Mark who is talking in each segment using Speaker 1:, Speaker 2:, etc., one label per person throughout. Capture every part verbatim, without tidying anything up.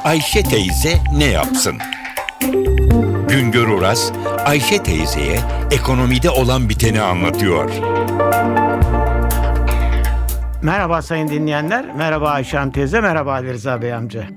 Speaker 1: Ayşe teyze ne yapsın? Güngör Oras, Ayşe teyzeye ekonomide olan biteni anlatıyor.
Speaker 2: Merhaba sayın dinleyenler, merhaba Ayşe Hanım teyze, merhaba Ali Rıza Bey amca.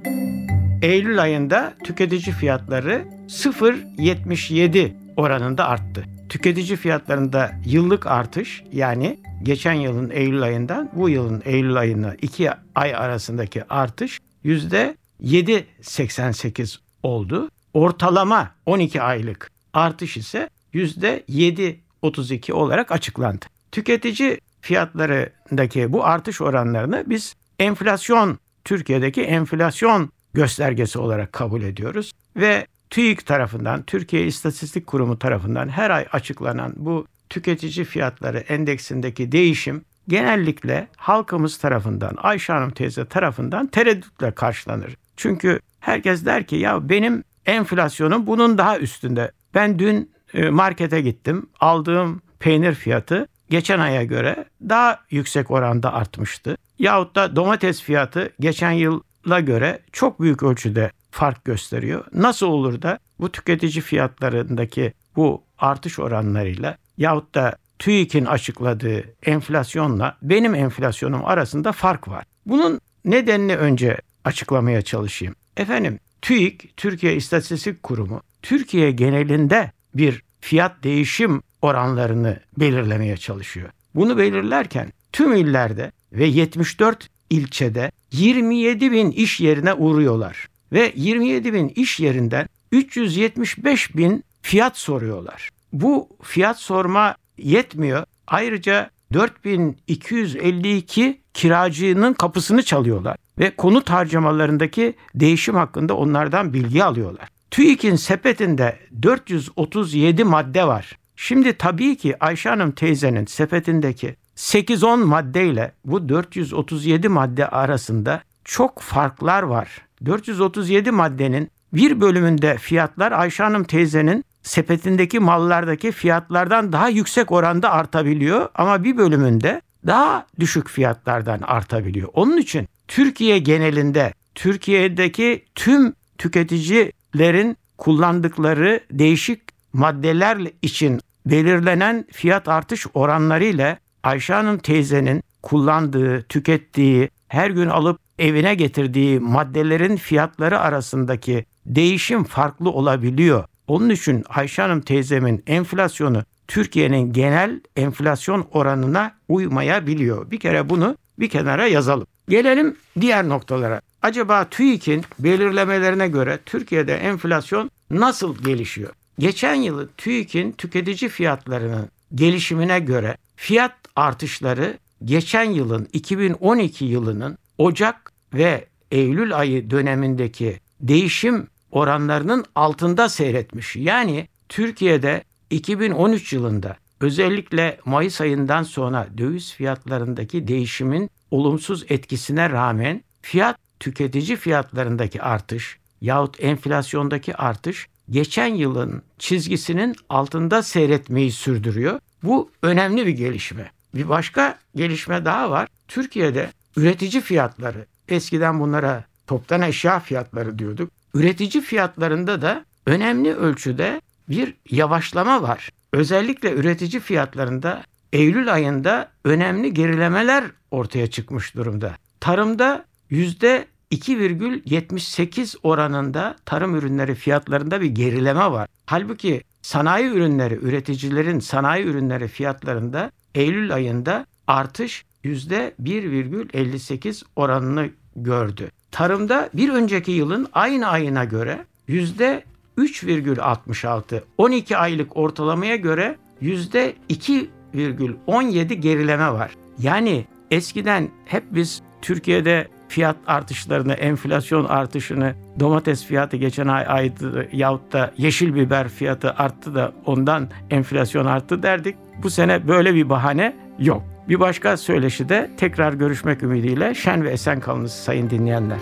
Speaker 2: Eylül ayında tüketici fiyatları sıfır virgül yetmiş yedi oranında arttı. Tüketici fiyatlarında yıllık artış, yani geçen yılın Eylül ayından bu yılın Eylül ayına iki ay arasındaki artış yüzde yedi virgül seksen sekiz oldu. Ortalama on iki aylık artış ise yüzde yedi virgül otuz iki olarak açıklandı. Tüketici fiyatlarındaki bu artış oranlarını biz enflasyon, Türkiye'deki enflasyon göstergesi olarak kabul ediyoruz ve TÜİK tarafından, Türkiye İstatistik Kurumu tarafından her ay açıklanan bu tüketici fiyatları endeksindeki değişim genellikle halkımız tarafından, Ayşe Hanım teyze tarafından tereddütle karşılanır. Çünkü herkes der ki ya benim enflasyonum bunun daha üstünde. Ben dün markete gittim, aldığım peynir fiyatı geçen aya göre daha yüksek oranda artmıştı. Yahut da domates fiyatı geçen yıla göre çok büyük ölçüde fark gösteriyor. Nasıl olur da bu tüketici fiyatlarındaki bu artış oranlarıyla yahut da TÜİK'in açıkladığı enflasyonla benim enflasyonum arasında fark var. Bunun nedenini önce açıklamaya çalışayım. Efendim, TÜİK, Türkiye İstatistik Kurumu, Türkiye genelinde bir fiyat değişim oranlarını belirlemeye çalışıyor. Bunu belirlerken tüm illerde ve yetmiş dört ilçede yirmi yedi bin iş yerine uğruyorlar. Ve yirmi yedi bin iş yerinden üç yüz yetmiş beş bin fiyat soruyorlar. Bu fiyat sorma yetmiyor. Ayrıca dört bin iki yüz elli iki kiracının kapısını çalıyorlar ve konut harcamalarındaki değişim hakkında onlardan bilgi alıyorlar. TÜİK'in sepetinde dört yüz otuz yedi madde var. Şimdi tabii ki Ayşe Hanım teyzenin sepetindeki sekiz on maddeyle bu dört yüz otuz yedi madde arasında çok farklar var. dört yüz otuz yedi maddenin bir bölümünde fiyatlar Ayşe Hanım teyzenin sepetindeki mallardaki fiyatlardan daha yüksek oranda artabiliyor ama bir bölümünde daha düşük fiyatlardan artabiliyor. Onun için Türkiye genelinde, Türkiye'deki tüm tüketicilerin kullandıkları değişik maddeler için belirlenen fiyat artış oranları ile Ayşe Hanım teyzenin kullandığı, tükettiği, her gün alıp evine getirdiği maddelerin fiyatları arasındaki değişim farklı olabiliyor. Onun için Ayşe Hanım teyzemin enflasyonu Türkiye'nin genel enflasyon oranına uymayabiliyor. Bir kere bunu bir kenara yazalım. Gelelim diğer noktalara. Acaba TÜİK'in belirlemelerine göre Türkiye'de enflasyon nasıl gelişiyor? Geçen yıl TÜİK'in tüketici fiyatlarının gelişimine göre fiyat artışları geçen yılın iki bin on iki yılının Ocak ve Eylül ayı dönemindeki değişim oranlarının altında seyretmiş. Yani Türkiye'de iki bin on üç yılında özellikle Mayıs ayından sonra döviz fiyatlarındaki değişimin olumsuz etkisine rağmen fiyat tüketici fiyatlarındaki artış yahut enflasyondaki artış geçen yılın çizgisinin altında seyretmeyi sürdürüyor. Bu önemli bir gelişme. Bir başka gelişme daha var. Türkiye'de üretici fiyatları, eskiden bunlara toptan eşya fiyatları diyorduk. Üretici fiyatlarında da önemli ölçüde bir yavaşlama var. Özellikle üretici fiyatlarında Eylül ayında önemli gerilemeler ortaya çıkmış durumda. Tarımda yüzde iki virgül yetmiş sekiz oranında tarım ürünleri fiyatlarında bir gerileme var. Halbuki sanayi ürünleri, üreticilerin sanayi ürünleri fiyatlarında Eylül ayında artış yüzde bir virgül elli sekiz oranını gördü. Tarımda bir önceki yılın aynı ayına göre yüzde üç virgül altmış altı, on iki aylık ortalamaya göre yüzde iki virgül on yedi gerileme var. Yani eskiden hep biz Türkiye'de fiyat artışlarını, enflasyon artışını, domates fiyatı geçen ay arttı yahut da yeşil biber fiyatı arttı da ondan enflasyon arttı derdik. Bu sene böyle bir bahane yok. Bir başka söyleşide tekrar görüşmek ümidiyle şen ve esen kalınız sayın dinleyenler.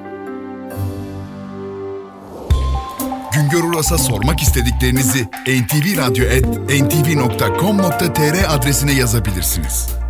Speaker 3: Güngör Uras'a sormak istediklerinizi en ti vi radyo et en ti vi nokta com nokta tr adresine yazabilirsiniz.